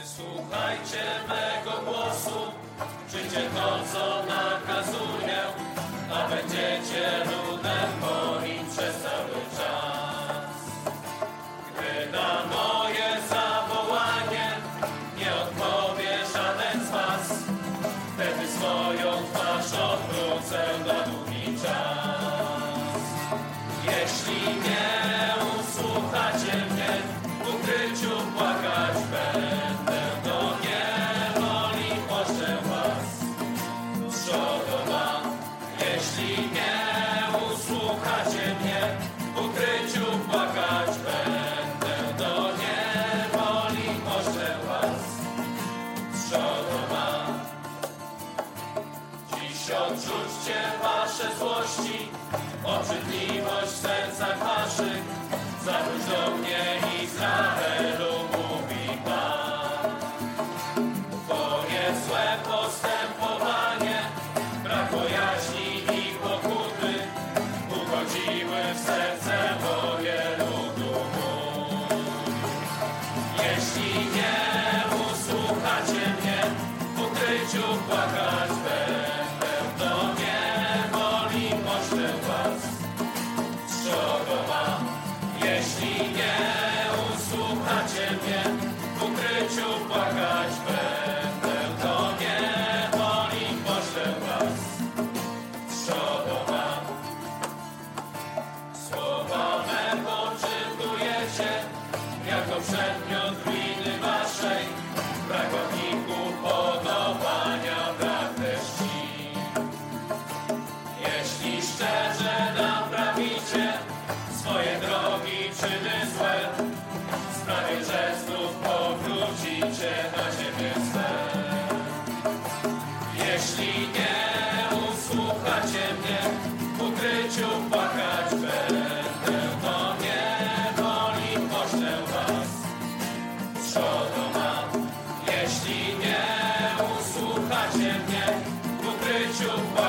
Słuchajcie mego głosu, czyńcie to, co nakazuję, a będziecie ludem moim przez cały czas. Gdy na moje zawołanie nie odpowie żaden z was, wtedy swoją twarz odwrócę na długi czas. Jeśli nie usłuchacie mnie, w ukryciu płakać będę, do niewoli poszczę was. Sodoma, jeśli nie usłuchacie mnie, w ukryciu płakać będę, do niewoli poszczę was. Sodoma, dziś odrzućcie wasze złości, obrzydliwość w sercach waszych. Zawróć do mnie, Izraelu, mówi Pan. Twoje złe postępowanie, brak bojaźni i pokuty ugodziły w serce moje ludu mój. Jeśli nie usłuchacie mnie, w ukryciu płakać będę, do niewoli poszczę was. Sodoma, jeśli nie usłuchacie mnie, w ukryciu płakać będę, do niewoli poszlę was. Sodoma, słowa mego czytujecie, jako przedmiot winy waszej, pracowniku podobania brak też ci. Jeśli szczerze naprawicie swoje drogi, czyny złe, sprawię, że znów powrócicie na ziemię swe. Jeśli nie usłuchacie mnie, w ukryciu płakać będę, do niewoli poszlę was. Sodoma, jeśli nie usłuchacie mnie, w ukryciu płakać